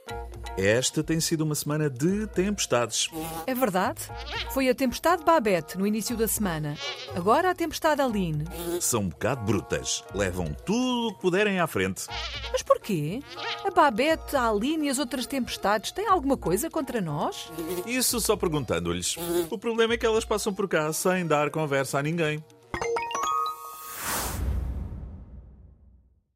Esta tem sido uma semana de tempestades. É verdade? Foi a tempestade Babette no início da semana. Agora a tempestade Aline. São um bocado brutas. Levam tudo o que puderem à frente. Mas porquê? A Babette, a Aline e as outras tempestades têm alguma coisa contra nós? Isso só perguntando-lhes. O problema é que elas passam por cá sem dar conversa a ninguém.